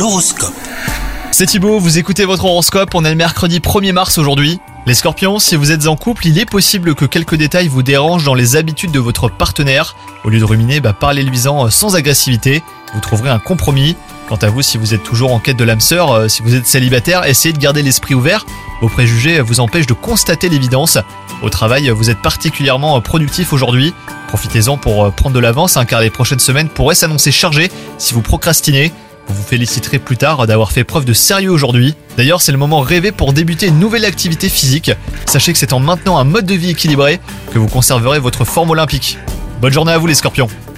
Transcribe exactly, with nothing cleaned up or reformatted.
L'horoscope. C'est Thibaut, vous écoutez votre horoscope, on est le mercredi premier mars aujourd'hui. Les scorpions, si vous êtes en couple, il est possible que quelques détails vous dérangent dans les habitudes de votre partenaire. Au lieu de ruminer, bah, parlez-lui-en sans agressivité, vous trouverez un compromis. Quant à vous, si vous êtes toujours en quête de l'âme sœur, euh, si vous êtes célibataire, essayez de garder l'esprit ouvert. Vos préjugés vous empêchent de constater l'évidence. Au travail, vous êtes particulièrement productif aujourd'hui. Profitez-en pour prendre de l'avance, hein, car les prochaines semaines pourraient s'annoncer chargées si vous procrastinez. Vous vous féliciterez plus tard d'avoir fait preuve de sérieux aujourd'hui. D'ailleurs, c'est le moment rêvé pour débuter une nouvelle activité physique. Sachez que c'est en maintenant un mode de vie équilibré que vous conserverez votre forme olympique. Bonne journée à vous les scorpions.